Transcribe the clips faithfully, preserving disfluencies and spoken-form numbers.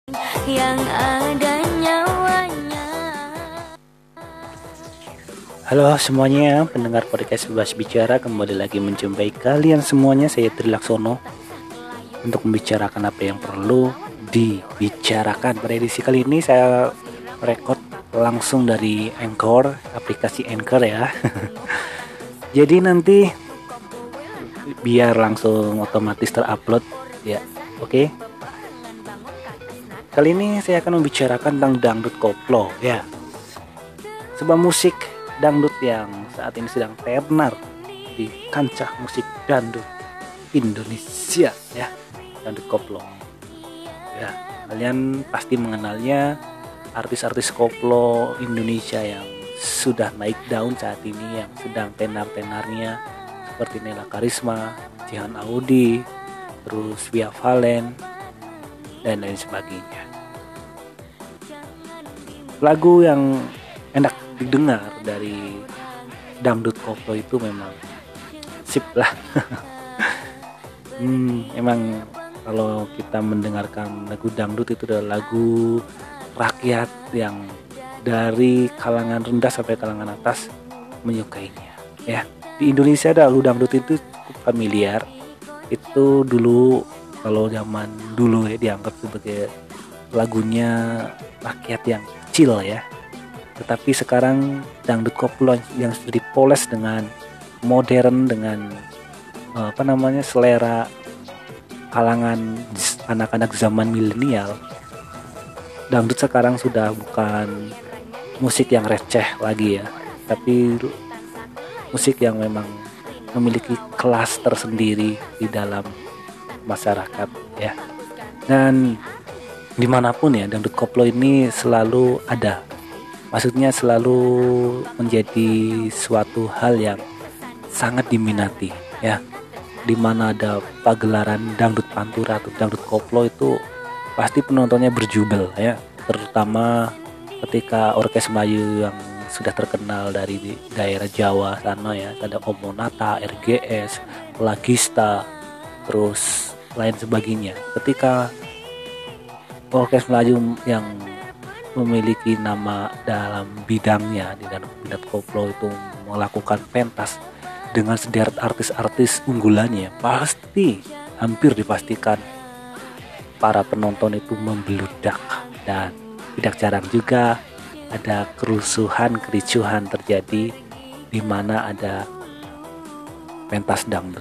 yang ada nyawanya. Halo semuanya, pendengar podcast Bebas Bicara, kembali lagi menjumpai kalian semuanya. Saya Tri Laksono untuk membicarakan apa yang perlu dibicarakan. Pada edisi kali ini saya record langsung dari Anchor, aplikasi Anchor ya. Jadi nanti biar langsung otomatis terupload ya. Oke. Kali ini saya akan membicarakan tentang dangdut koplo ya. Sebuah musik dangdut yang saat ini sedang tenar di kancah musik dangdut Indonesia ya, dangdut koplo. Ya, kalian pasti mengenalnya artis-artis koplo Indonesia yang sudah naik daun saat ini, yang sedang tenar-tenarnya, seperti Nela Karisma, Jihan Audi, terus Via Valen, dan lain sebagainya. Lagu yang enak didengar dari dangdut koplo itu memang sip lah. hmm, emang kalau kita mendengarkan lagu dangdut itu adalah lagu rakyat yang dari kalangan rendah sampai kalangan atas menyukainya ya. Di Indonesia lagu dangdut itu cukup familiar. Itu dulu, kalau zaman dulu ya, dianggap sebagai lagunya rakyat yang kecil ya. Tetapi sekarang dangdut koplo yang sudah dipoles dengan modern, dengan apa namanya selera kalangan anak-anak zaman milenial. Dangdut sekarang sudah bukan musik yang receh lagi ya, tapi musik yang memang memiliki kelas tersendiri di dalam masyarakat ya. Dan dimanapun ya, dangdut koplo ini selalu ada. Maksudnya selalu menjadi suatu hal yang sangat diminati ya. Dimana ada pagelaran dangdut pantura atau dangdut koplo itu pasti penontonnya berjubel ya. Terutama ketika orkes Melayu yang sudah terkenal dari daerah Jawa sana ya. Ada Om Monata, R G S, Lagista, terus lain sebagainya. Ketika orkes Melayu yang memiliki nama dalam bidangnya di dalam bidang koplo itu melakukan pentas dengan sederet artis-artis unggulannya, pasti hampir dipastikan para penonton itu membeludak, dan tidak jarang juga ada kerusuhan, kericuhan terjadi di mana ada pentas dangdut.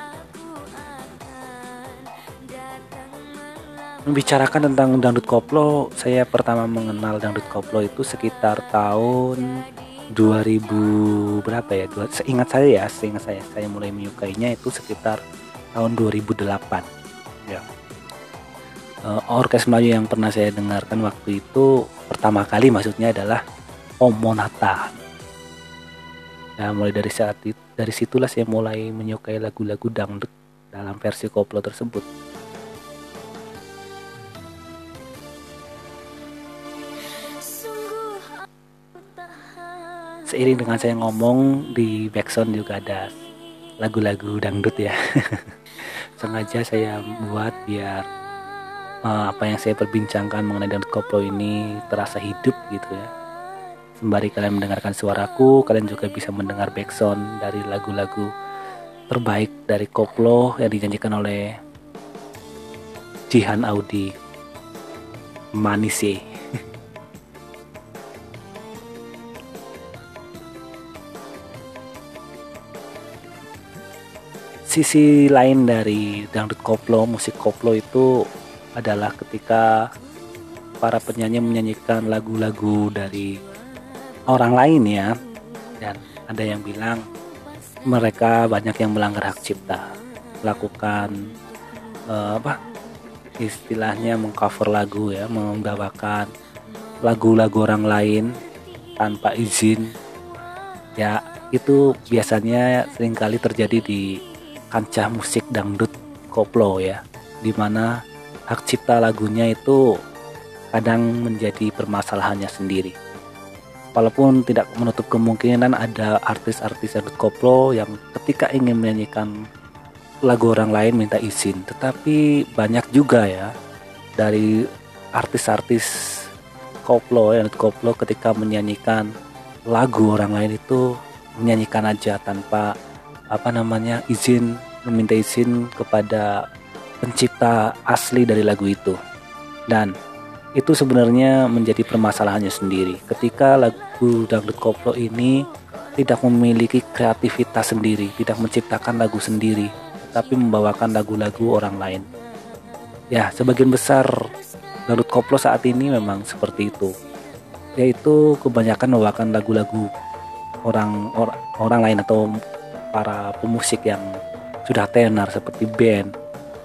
Membicarakan tentang dangdut koplo, saya pertama mengenal dangdut koplo itu sekitar tahun dua ribu berapa ya? Dua, seingat saya ya, seingat saya saya mulai menyukainya itu sekitar tahun dua ribu delapan. Ya. Uh, orkes Melayu yang pernah saya dengarkan waktu itu pertama kali maksudnya adalah Om Monata. Nah, mulai dari saat itu, dari situlah saya mulai menyukai lagu-lagu dangdut dalam versi koplo tersebut. Seiring dengan saya ngomong, di backsound juga ada lagu-lagu dangdut ya. Sengaja saya buat biar uh, apa yang saya perbincangkan mengenai dangdut koplo ini terasa hidup gitu ya. Sembari kalian mendengarkan suaraku, kalian juga bisa mendengar backsound dari lagu-lagu terbaik dari koplo yang dinyanyikan oleh Jihan Audi, Manise. Sisi lain dari dangdut koplo, musik koplo itu adalah ketika para penyanyi menyanyikan lagu-lagu dari orang lain ya. Dan ada yang bilang mereka banyak yang melanggar hak cipta, melakukan uh, apa istilahnya mengcover lagu ya, membawakan lagu-lagu orang lain tanpa izin ya. Itu biasanya seringkali terjadi di kancah musik dangdut koplo ya, dimana hak cipta lagunya itu kadang menjadi permasalahannya sendiri. Walaupun tidak menutup kemungkinan ada artis-artis dangdut koplo yang ketika ingin menyanyikan lagu orang lain minta izin, tetapi banyak juga ya dari artis-artis koplo ya, koplo ketika menyanyikan lagu orang lain itu menyanyikan aja tanpa apa namanya izin, meminta izin kepada pencipta asli dari lagu itu. Dan itu sebenarnya menjadi permasalahannya sendiri ketika lagu dangdut koplo ini tidak memiliki kreativitas sendiri, tidak menciptakan lagu sendiri, tapi membawakan lagu-lagu orang lain. Ya, sebagian besar dangdut koplo saat ini memang seperti itu, yaitu kebanyakan membawakan lagu-lagu orang or, orang lain atau para pemusik yang sudah tenar seperti band,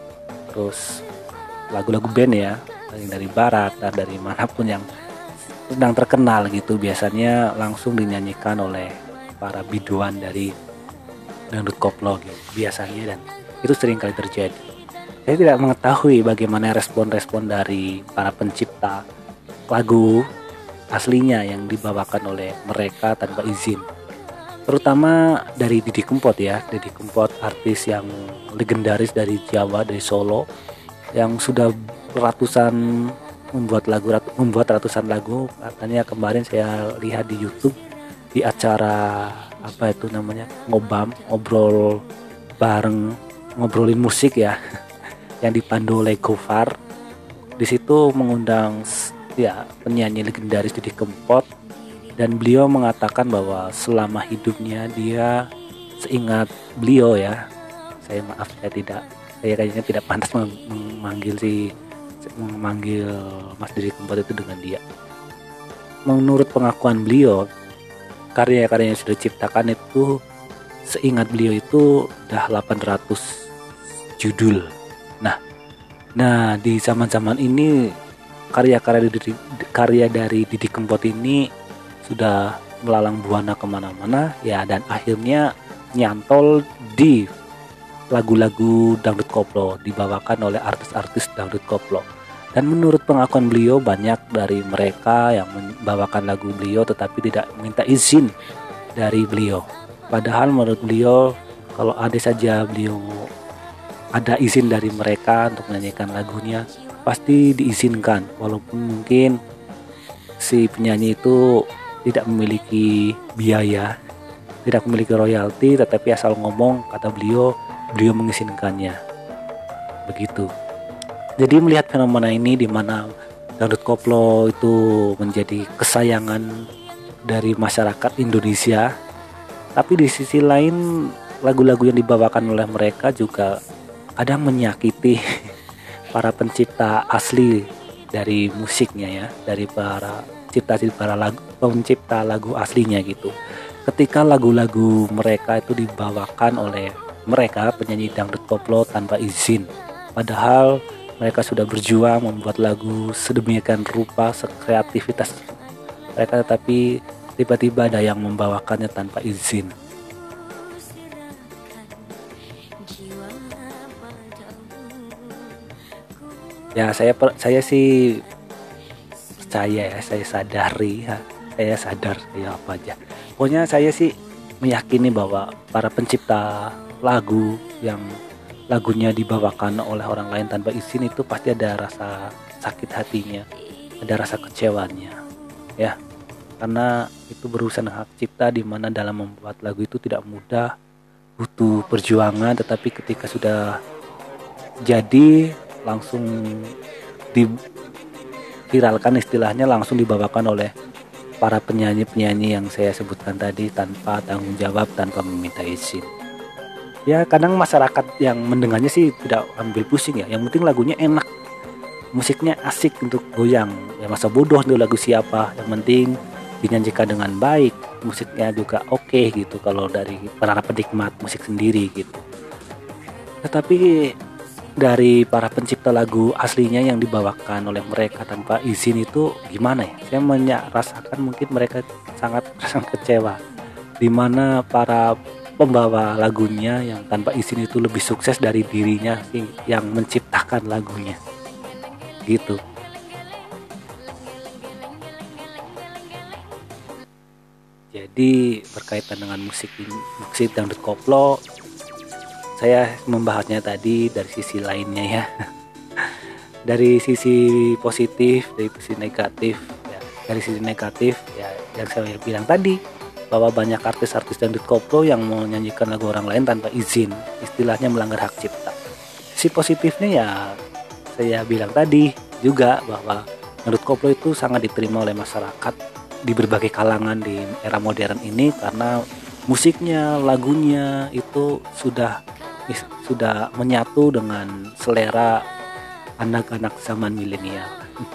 terus lagu-lagu band ya, dari barat dan dari manapun yang sedang terkenal gitu, biasanya langsung dinyanyikan oleh para biduan dari dangdut koplo gitu biasanya, dan itu sering kali terjadi. Saya tidak mengetahui bagaimana respon-respon dari para pencipta lagu aslinya yang dibawakan oleh mereka tanpa izin, terutama dari Didi Kempot ya. Didi Kempot artis yang legendaris dari Jawa, dari Solo, yang sudah ratusan membuat lagu membuat ratusan lagu. Katanya kemarin saya lihat di YouTube di acara apa itu namanya, ngobam, ngobrol bareng, ngobrolin musik ya, yang dipandu oleh Gofar. Di situ mengundang ya penyanyi legendaris Didi Kempot, dan beliau mengatakan bahwa selama hidupnya dia, seingat beliau ya, saya maaf saya tidak saya kayaknya tidak pantas memanggil si memanggil Mas Didi Kempot itu dengan dia. Menurut pengakuan beliau, karya-karya yang sudah diciptakan itu seingat beliau itu udah delapan ratus judul. Nah, nah di zaman-zaman ini karya-karya dari karya dari Didi Kempot ini sudah melalang buana kemana-mana ya, dan akhirnya nyantol di lagu-lagu dangdut koplo dibawakan oleh artis-artis dangdut koplo. Dan menurut pengakuan beliau, banyak dari mereka yang membawakan lagu beliau tetapi tidak meminta izin dari beliau. Padahal menurut beliau, kalau ada saja beliau ada izin dari mereka untuk menyanyikan lagunya, pasti diizinkan, walaupun mungkin si penyanyi itu tidak memiliki biaya, tidak memiliki royalti, tetapi asal ngomong, kata beliau, beliau mengizinkannya. Begitu. Jadi melihat fenomena ini di mana dangdut koplo itu menjadi kesayangan dari masyarakat Indonesia, tapi di sisi lain lagu-lagu yang dibawakan oleh mereka juga kadang menyakiti para pencipta asli dari musiknya ya, dari para cipta para lagu, pencipta lagu aslinya gitu. Ketika lagu-lagu mereka itu dibawakan oleh mereka penyanyi dangdut koplo tanpa izin, padahal mereka sudah berjuang membuat lagu sedemikian rupa, sekreativitas mereka, tetapi tiba-tiba ada yang membawakannya tanpa izin. Ya saya saya sih percaya ya, saya sadari ya, saya sadar ya apa aja. Pokoknya saya sih meyakini bahwa para pencipta lagu yang lagunya dibawakan oleh orang lain tanpa izin itu pasti ada rasa sakit hatinya, ada rasa kecewanya ya, karena itu berurusan hak cipta, di mana dalam membuat lagu itu tidak mudah, butuh perjuangan, tetapi ketika sudah jadi langsung diviralkan, istilahnya langsung dibawakan oleh para penyanyi-penyanyi yang saya sebutkan tadi tanpa tanggung jawab, tanpa meminta izin. Ya kadang masyarakat yang mendengarnya sih tidak ambil pusing ya, yang penting lagunya enak, musiknya asik untuk goyang, ya masa bodoh itu lagu siapa, yang penting dinyanyikan dengan baik, musiknya juga oke okay, gitu kalau dari para penikmat musik sendiri gitu. Tetapi dari para pencipta lagu aslinya yang dibawakan oleh mereka tanpa izin itu gimana ya, saya merasakan mungkin mereka sangat sangat kecewa, di mana para pembawa lagunya yang tanpa izin itu lebih sukses dari dirinya sih yang menciptakan lagunya gitu. Jadi berkaitan dengan musik musik dangdut koplo, saya membahasnya tadi dari sisi lainnya ya. dari sisi positif, dari sisi negatif ya. Dari sisi negatif ya yang saya bilang tadi, bahwa banyak artis-artis dangdut koplo yang menyanyikan lagu orang lain tanpa izin, istilahnya melanggar hak cipta. Sisi positifnya ya saya bilang tadi juga, bahwa dangdut koplo itu sangat diterima oleh masyarakat di berbagai kalangan di era modern ini, karena musiknya, lagunya itu sudah sudah menyatu dengan selera anak-anak zaman milenial.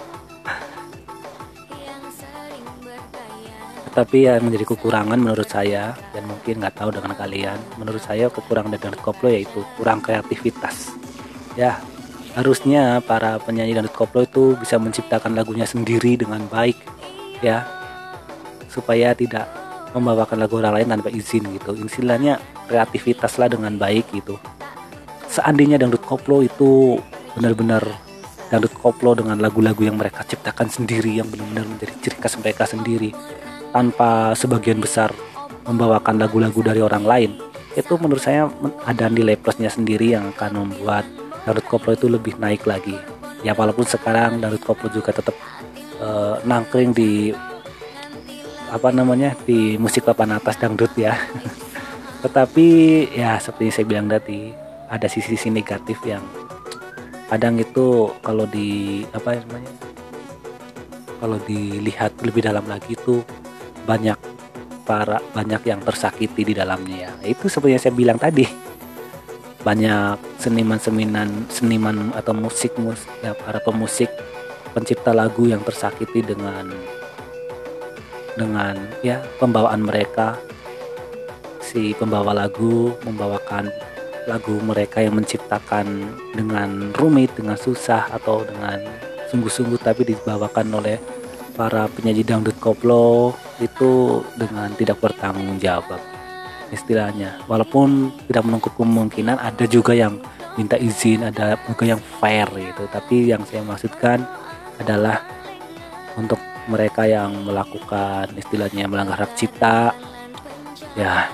Tapi yang menjadi kekurangan menurut saya, dan mungkin nggak tahu dengan kalian, menurut saya kekurangan dari dangdut koplo yaitu kurang kreativitas. Ya, harusnya para penyanyi dangdut koplo itu bisa menciptakan lagunya sendiri dengan baik, ya, supaya tidak membawakan lagu orang lain tanpa izin gitu. Istilahnya kreativitas lah dengan baik gitu. Seandainya dangdut koplo itu benar-benar dangdut koplo dengan lagu-lagu yang mereka ciptakan sendiri, yang benar-benar menjadi ciri khas mereka sendiri, tanpa sebagian besar membawakan lagu-lagu dari orang lain, itu menurut saya ada nilai plusnya sendiri yang akan membuat dangdut koplo itu lebih naik lagi. Ya walaupun sekarang dangdut koplo juga tetap uh, nangkring di apa namanya di musik papan atas dangdut ya. Tetapi ya seperti saya bilang tadi, ada sisi-sisi negatif yang kadang itu kalau di apa namanya kalau dilihat lebih dalam lagi itu banyak para banyak yang tersakiti di dalamnya ya. Itu seperti yang saya bilang tadi, banyak seniman-seniman seniman atau musik mus ya, para pemusik pencipta lagu yang tersakiti dengan dengan ya pembawaan mereka. Si pembawa lagu membawakan lagu mereka yang menciptakan dengan rumit, dengan susah atau dengan sungguh-sungguh, tapi dibawakan oleh para penyanyi dangdut koplo itu dengan tidak bertanggung jawab istilahnya. Walaupun tidak menutup kemungkinan ada juga yang minta izin, ada juga yang fair gitu, tapi yang saya maksudkan adalah untuk mereka yang melakukan istilahnya melanggar hak cipta ya,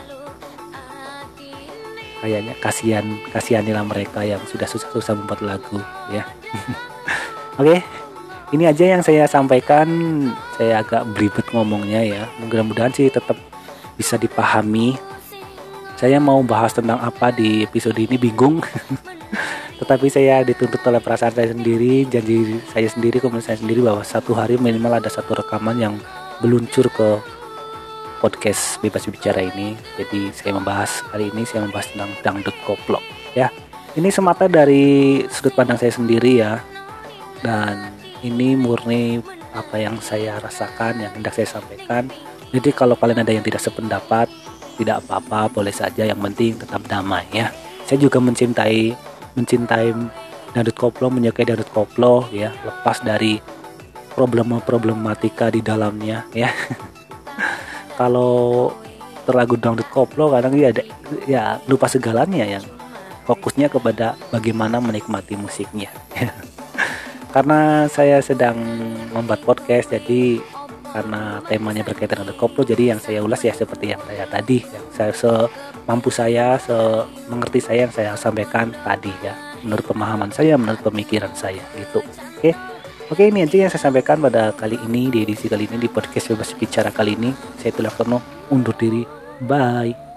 kayaknya kasihan kasihanilah mereka yang sudah susah-susah membuat lagu ya. Oke, ini aja yang saya sampaikan. Saya agak belibet ngomongnya ya, mudah-mudahan sih tetap bisa dipahami. Saya mau bahas tentang apa di episode ini bingung. Tetapi saya dituntut oleh perasaan saya sendiri, janji saya sendiri, komitmen saya sendiri, bahwa satu hari minimal ada satu rekaman yang meluncur ke podcast Bebas Bicara ini. Jadi saya membahas kali ini saya membahas tentang dangdut koplo ya. Ini semata dari sudut pandang saya sendiri ya, dan ini murni apa yang saya rasakan, yang hendak saya sampaikan. Jadi kalau kalian ada yang tidak sependapat, tidak apa-apa, boleh saja, yang penting tetap damai ya. Saya juga mencintai mencintai dangdut koplo, menyukai dangdut koplo ya, lepas dari problema-problematika di dalamnya ya. Kalau terlagu dangdut koplo kadang ya ada ya lupa segalanya, yang fokusnya kepada bagaimana menikmati musiknya. Karena saya sedang membuat podcast, jadi karena temanya berkaitan dengan koplo, jadi yang saya ulas ya seperti yang saya tadi, yang saya semampu saya, semengerti saya yang saya sampaikan tadi ya, menurut pemahaman saya, menurut pemikiran saya gitu. Oke, oke ini aja yang saya sampaikan pada kali ini, di edisi kali ini, di podcast Bebas Bicara kali ini. Saya Tulaksono undur diri, bye.